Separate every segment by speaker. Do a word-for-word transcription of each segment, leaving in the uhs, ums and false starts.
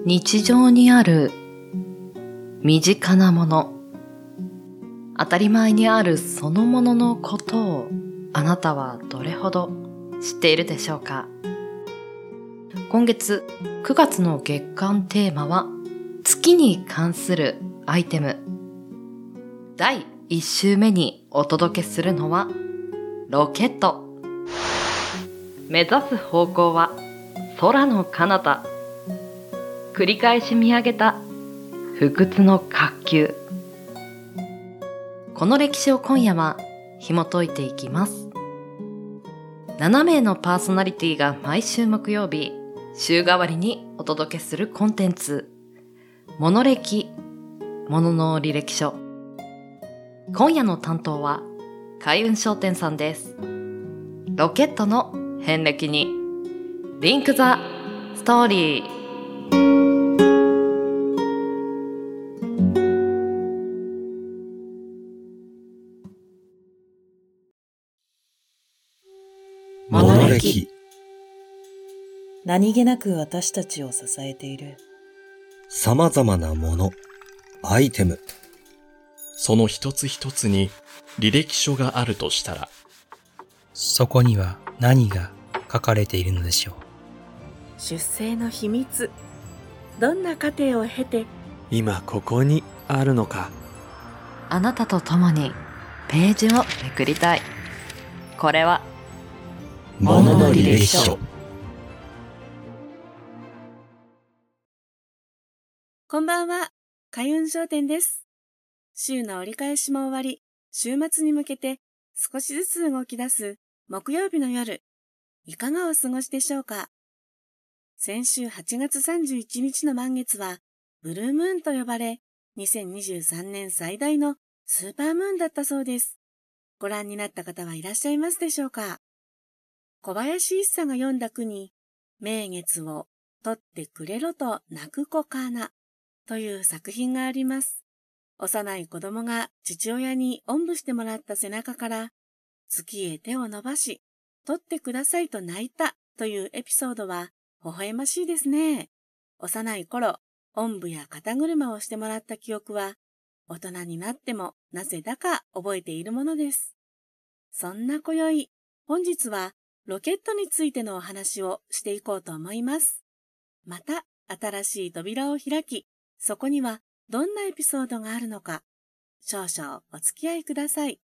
Speaker 1: 日常にある身近なもの、当たり前にあるそのもののことをあなたはどれほど知っているでしょうか。今月くがつの月間テーマは月に関するアイテム。だいいっ週目にお届けするのはロケット。目指す方向は空の彼方。繰り返し見上げた不屈の滑球。この歴史を今夜は紐解いていきます。なな名のパーソナリティが毎週木曜日、週替わりにお届けするコンテンツ、モノ歴、ものの履歴書。今夜の担当は開運商店さんです。ロケットの遍歴にリンクザストーリー。
Speaker 2: モノ歴。
Speaker 3: 何気なく私たちを支えている
Speaker 2: 様々なもの、アイテム。
Speaker 4: その一つ一つに履歴書があるとしたら、
Speaker 5: そこには何が書かれているのでしょう。
Speaker 3: 出生の秘密、どんな過程を経て
Speaker 6: 今ここにあるのか。
Speaker 1: あなたと共にページをめくりたい。これは
Speaker 2: ものの履歴書。
Speaker 3: こんばんは、開運商店です。週の折り返しも終わり、週末に向けて少しずつ動き出す木曜日の夜、いかがお過ごしでしょうか。先週はちがつさんじゅういちにちの満月はブルームーンと呼ばれ、にせんにじゅうさんねん最大のスーパームーンだったそうです。ご覧になった方はいらっしゃいますでしょうか。小林一茶が読んだ句に、名月を取ってくれろと泣く子かなという作品があります。幼い子供が父親におんぶしてもらった背中から、月へ手を伸ばし、取ってくださいと泣いたというエピソードは微笑ましいですね。幼い頃、おんぶや肩車をしてもらった記憶は、大人になってもなぜだか覚えているものです。そんな今宵、本日はロケットについてのお話をしていこうと思います。また新しい扉を開き、そこにはどんなエピソードがあるのか、少々お付き合いください。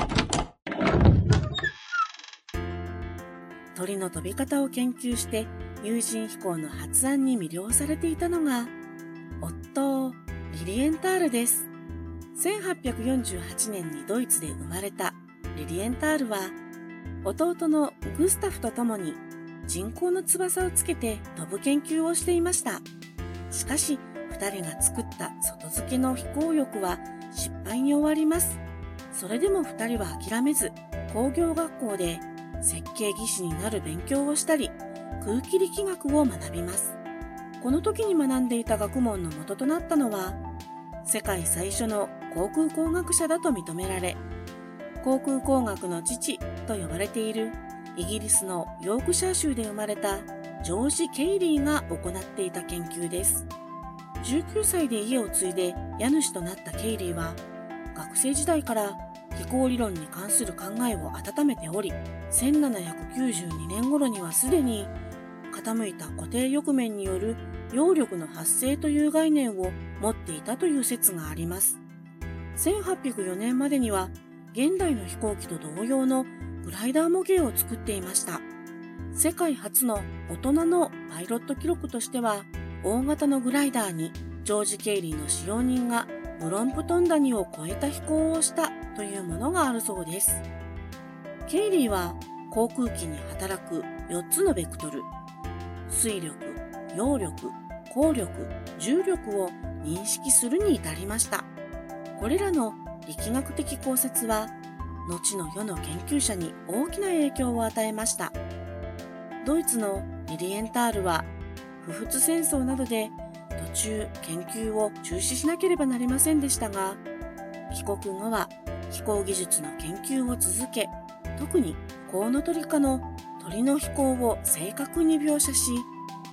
Speaker 3: 鳥の飛び方を研究して有人飛行の発案に魅了されていたのが、夫、リリエンタールです。せんはっぴゃくよんじゅうはちねんにドイツで生まれたリリエンタールは、弟のグスタフと共に人工の翼をつけて飛ぶ研究をしていました。しかし、二人が作った外付けの飛行翼は失敗に終わります。それでも二人は諦めず、工業学校で設計技師になる勉強をしたり、空気力学を学びます。この時に学んでいた学問の元となったのは、世界最初の航空工学者だと認められ、航空工学の父と呼ばれているイギリスのヨークシャー州で生まれたジョージ・ケイリーが行っていた研究です。じゅうきゅうさいで家を継いで家主となったケイリーは、学生時代から飛行理論に関する考えを温めており、せんななひゃくきゅうじゅうにねん頃にはすでに傾いた固定翼面による揚力の発生という概念を持っていたという説があります。せんはっぴゃくよねんまでには現代の飛行機と同様のグライダー模型を作っていました。世界初の大人のパイロット記録としては、大型のグライダーにジョージ・ケイリーの使用人がブロンプトン谷を越えた飛行をしたというものがあるそうです。ケイリーは航空機に働くよっつのベクトル、推力、揚力、抗力、重力を認識するに至りました。これらの力学的考察は、後の世の研究者に大きな影響を与えました。ドイツのリリエンタールは、不仏戦争などで途中研究を中止しなければなりませんでしたが、帰国後は飛行技術の研究を続け、特にコウノトリ科の鳥の飛行を正確に描写し、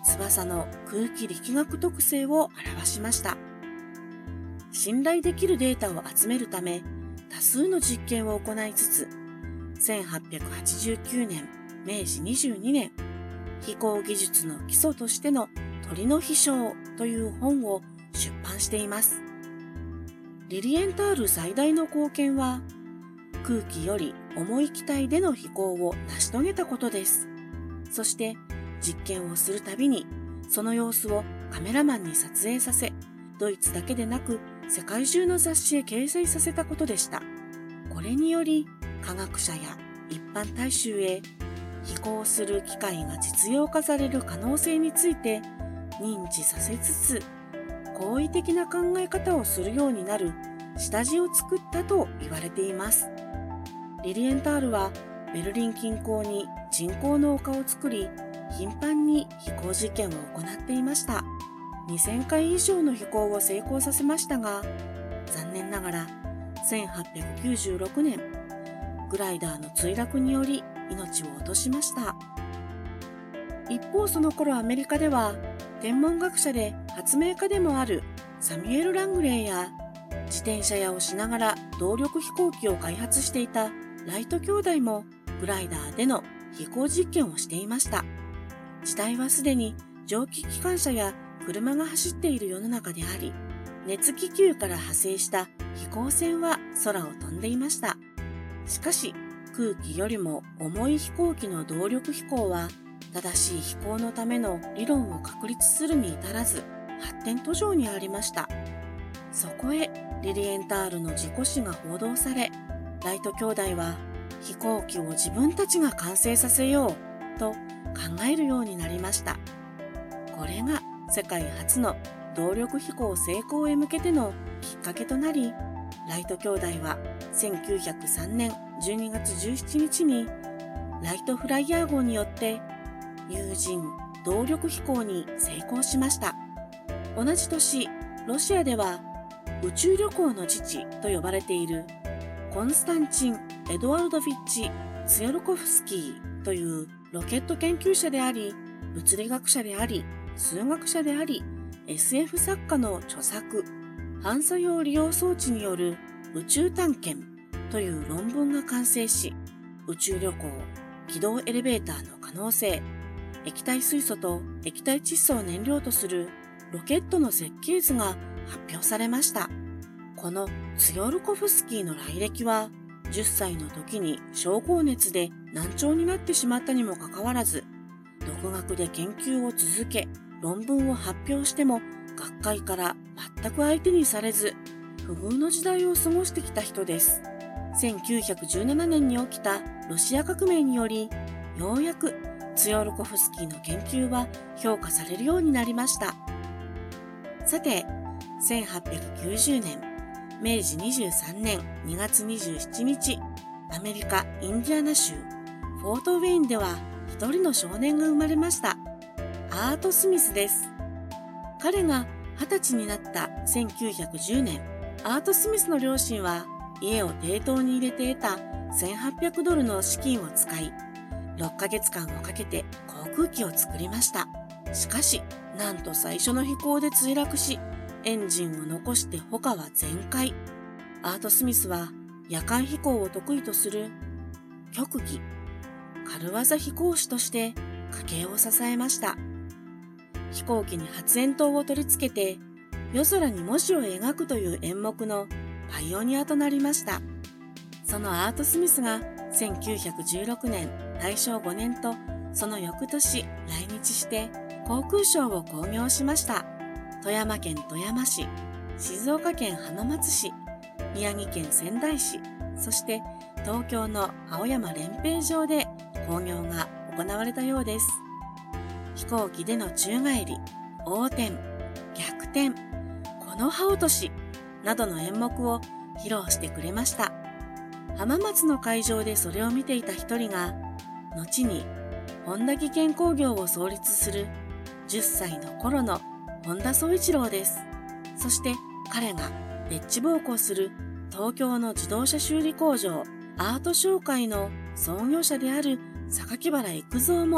Speaker 3: 翼の空気力学特性を表しました。信頼できるデータを集めるため、多数の実験を行いつつ、せんはっぴゃくはちじゅうきゅうねん、めいじにじゅうにねん、飛行技術の基礎としての鳥の飛翔という本を出版しています。リリエンタール最大の貢献は、空気より重い機体での飛行を成し遂げたことです。そして実験をするたびにその様子をカメラマンに撮影させ、ドイツだけでなく世界中の雑誌へ掲載させたことでした。これにより科学者や一般大衆へ飛行する機械が実用化される可能性について認知させつつ、好意的な考え方をするようになる下地を作ったと言われています。リリエンタールはベルリン近郊に人工の丘を作り、頻繁に飛行実験を行っていました。にせんかい以上の飛行を成功させましたが、残念ながらせんはっぴゃくきゅうじゅうろくねん、グライダーの墜落により命を落としました。一方その頃アメリカでは、天文学者で発明家でもあるサミュエル・ラングレーや、自転車屋をしながら動力飛行機を開発していたライト兄弟もグライダーでの飛行実験をしていました。時代はすでに蒸気機関車や車が走っている世の中であり、熱気球から派生した飛行船は空を飛んでいました。しかし、空気よりも重い飛行機の動力飛行は、正しい飛行のための理論を確立するに至らず、発展途上にありました。そこへリリエンタールの事故死が報道され、ライト兄弟は飛行機を自分たちが完成させようと考えるようになりました。これが世界初の動力飛行成功へ向けてのきっかけとなり、ライト兄弟はせんきゅうひゃくさんねんじゅうにがつじゅうしちにちにライトフライヤー号によって有人動力飛行に成功しました。同じ年、ロシアでは宇宙旅行の父と呼ばれているコンスタンチン・エドワルドフィッチ・ツヨルコフスキーというロケット研究者であり、物理学者であり、数学者であり、エスエフ 作家の著作、反作用利用装置による宇宙探検という論文が完成し、宇宙旅行、軌道エレベーターの可能性、液体水素と液体窒素を燃料とするロケットの設計図が発表されました。このツヨルコフスキーの来歴は、じゅっさいの時に症候熱で難聴になってしまったにもかかわらず、独学で研究を続け、論文を発表しても学会から全く相手にされず、不遇の時代を過ごしてきた人です。せんきゅうひゃくじゅうななねんに起きたロシア革命により、ようやくツヨルコフスキーの研究は評価されるようになりました。さて、せんはっぴゃくきゅうじゅうねん、めいじにじゅうさんねんにがつにじゅうしちにち、アメリカ・インディアナ州フォートウェインでは一人の少年が生まれました。アート・スミスです。彼がはたちになったせんきゅうひゃくじゅうねん、アート・スミスの両親は家を抵当に入れて得たせんはっぴゃくドルの資金を使い、ろっかげつかんをかけて航空機を作りました。しかし、なんと最初の飛行で墜落し、エンジンを残して他は全壊。アート・スミスは夜間飛行を得意とする極技、軽技飛行士として家計を支えました。飛行機に発煙筒を取り付けて夜空に文字を描くという演目のパイオニアとなりました。そのアート・スミスがせんきゅうひゃくじゅうろくねん大正ごねんとその翌年来日して航空ショーを興行しました。富山県富山市、静岡県浜松市、宮城県仙台市、そして東京の青山練兵場で興行が行われたようです。飛行機での宙返り、横転、逆転、この葉落としなどの演目を披露してくれました。浜松の会場でそれを見ていた一人が、後に本田技研工業を創立するじゅっさいの頃の本田宗一郎です。そして彼がでっち奉公する東京の自動車修理工場アート商会の創業者である榊原育三も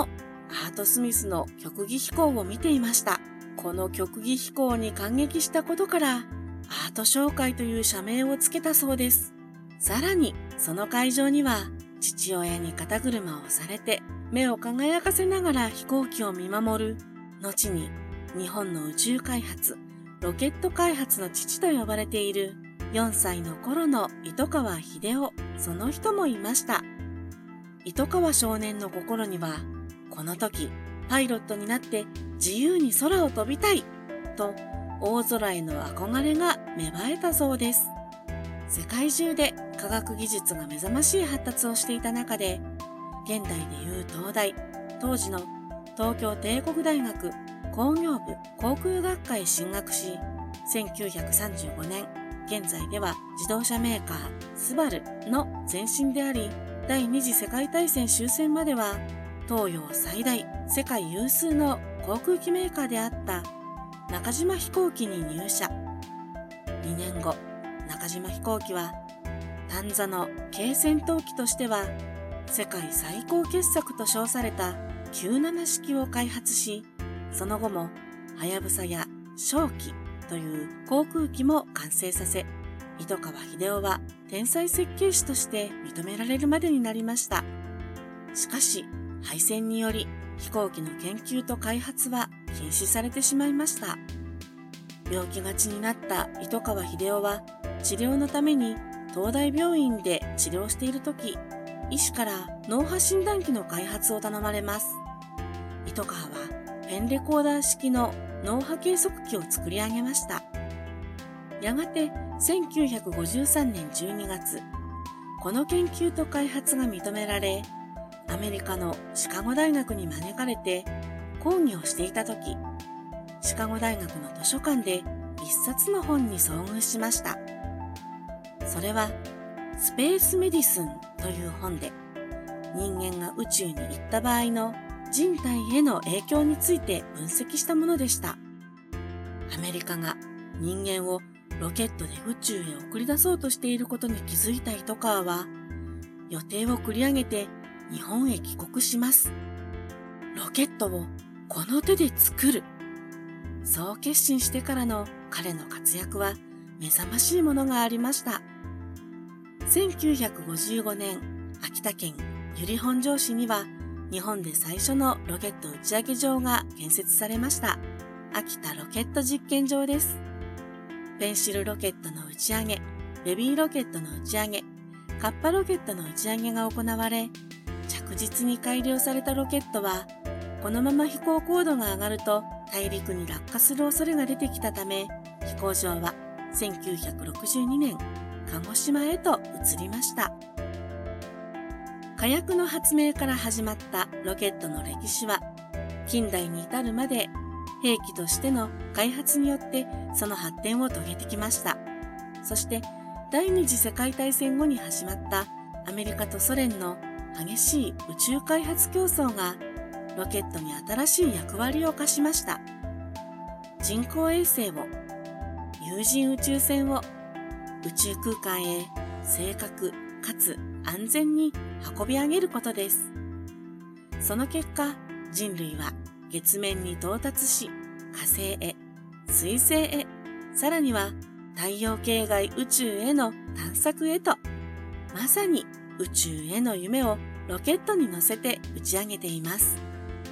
Speaker 3: ハート・スミスの曲技飛行を見ていました。この曲技飛行に感激したことから、アート商会という社名をつけたそうです。さらに、その会場には、父親に肩車をされて、目を輝かせながら飛行機を見守る、後に日本の宇宙開発、ロケット開発の父と呼ばれているよんさいの頃の糸川秀夫、その人もいました。糸川少年の心には、この時、パイロットになって自由に空を飛びたいと大空への憧れが芽生えたそうです。世界中で科学技術が目覚ましい発達をしていた中で、現代でいう東大、当時の東京帝国大学工業部航空学科へ進学し、せんきゅうひゃくさんじゅうごねん、現在では自動車メーカースバルの前身であり、第二次世界大戦終戦までは東洋最大、世界有数の航空機メーカーであった中島飛行機に入社。にねんご、中島飛行機は単座の軽戦闘機としては世界最高傑作と称されたきゅうじゅうなな式を開発し、その後もはやぶさや翔機という航空機も完成させ、糸川秀夫は天才設計士として認められるまでになりました。しかし、敗戦により飛行機の研究と開発は禁止されてしまいました。病気がちになった糸川秀夫は治療のために東大病院で治療しているとき、医師から脳波診断機の開発を頼まれます。糸川はペンレコーダー式の脳波計測器を作り上げました。やがてせんきゅうひゃくごじゅうさんねんじゅうにがつ、この研究と開発が認められ、アメリカのシカゴ大学に招かれて講義をしていたとき、シカゴ大学の図書館で一冊の本に遭遇しました。それはスペースメディスンという本で、人間が宇宙に行った場合の人体への影響について分析したものでした。アメリカが人間をロケットで宇宙へ送り出そうとしていることに気づいた糸川は、予定を繰り上げて日本へ帰国します。ロケットをこの手で作る。そう決心してからの彼の活躍は目覚ましいものがありました。せんきゅうひゃくごじゅうごねん、秋田県由利本荘市には日本で最初のロケット打ち上げ場が建設されました。秋田ロケット実験場です。ペンシルロケットの打ち上げ、ベビーロケットの打ち上げ、カッパロケットの打ち上げが行われ、着実に改良されたロケットは、このまま飛行高度が上がると大陸に落下する恐れが出てきたため、飛行場はせんきゅうひゃくろくじゅうにねん、鹿児島へと移りました。火薬の発明から始まったロケットの歴史は、近代に至るまで兵器としての開発によってその発展を遂げてきました。そして第二次世界大戦後に始まったアメリカとソ連の激しい宇宙開発競争がロケットに新しい役割を課しました。人工衛星を、有人宇宙船を宇宙空間へ正確かつ安全に運び上げることです。その結果、人類は月面に到達し、火星へ、水星へ、さらには太陽系外宇宙への探索へと、まさに宇宙への夢をロケットに乗せて打ち上げています。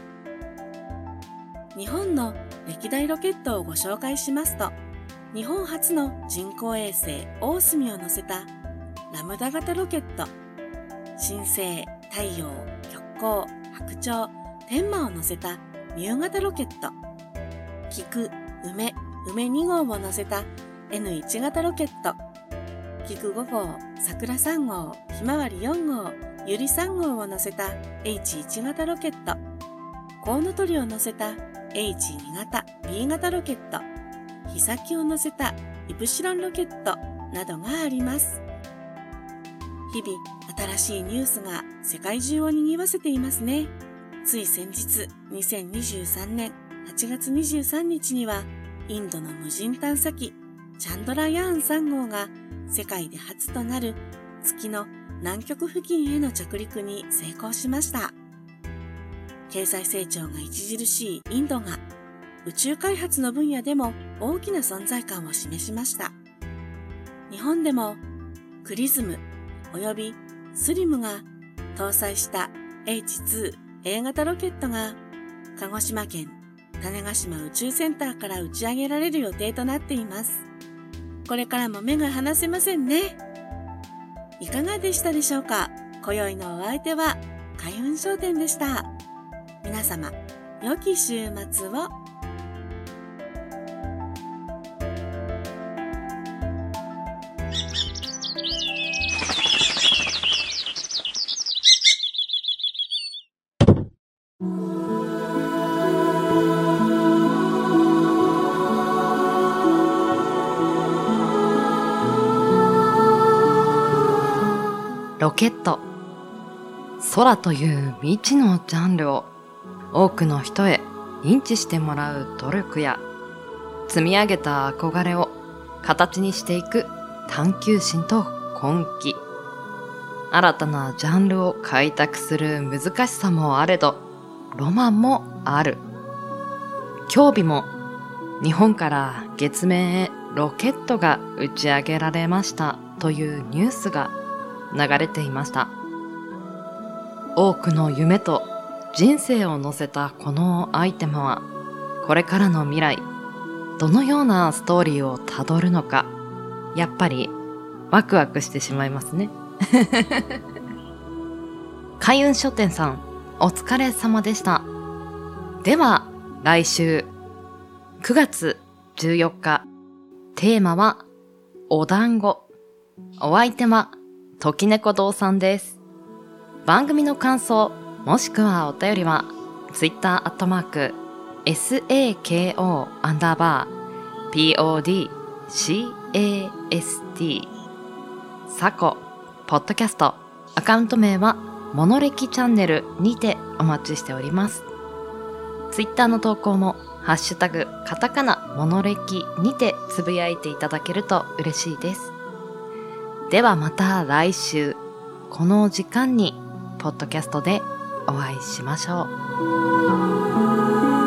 Speaker 3: 日本の歴代ロケットをご紹介しますと、日本初の人工衛星オースミを乗せたラムダ型ロケット、新星、太陽、極光、白鳥、天馬を乗せたミュー型ロケット、菊、梅、梅に号を乗せた エヌワン 型ロケット、菊ご号、桜さん号、ひまわりよん号、ゆりさん号を乗せた エイチワン 型ロケット、コウノトリを乗せた エイチツー 型 ビー 型ロケット、ヒサキを乗せたイプシロンロケットなどがあります。日々新しいニュースが世界中を賑わせていますね。つい先日、にせんにじゅうさんねんはちがつにじゅうさんにちにはインドの無人探査機チャンドラヤーンさん号が世界で初となる月の南極付近への着陸に成功しました。 経済成長が著しいインドが宇宙開発の分野でも大きな存在感を示しました。日本でもクリズムおよびスリムが搭載した エイチツー A 型ロケットが鹿児島県種子島宇宙センターから打ち上げられる予定となっています。これからも目が離せませんね。いかがでしたでしょうか。今宵のお相手は開運商店でした。皆様、良き週末を。
Speaker 1: ロケット、空という未知のジャンルを多くの人へ認知してもらう努力や積み上げた憧れを形にしていく探求心と根気、新たなジャンルを開拓する難しさもあれどロマンもある。今日日も日本から月面へロケットが打ち上げられましたというニュースが流れていました。多くの夢と人生を乗せたこのアイテムはこれからの未来どのようなストーリーをたどるのか、やっぱりワクワクしてしまいますね。開運書店さん、お疲れ様でした。では来週くがつじゅうよっか、テーマはお団子。お相手は時猫堂さんです。番組の感想もしくはお便りは Twitter アットマーク サコ アンダーバー podcast サコポッドキャスト、アカウント名はモノレキチャンネルにてお待ちしております。Twitter の投稿もハッシュタグカタカナモノレキにてつぶやいていただけると嬉しいです。ではまた来週この時間にポッドキャストでお会いしましょう。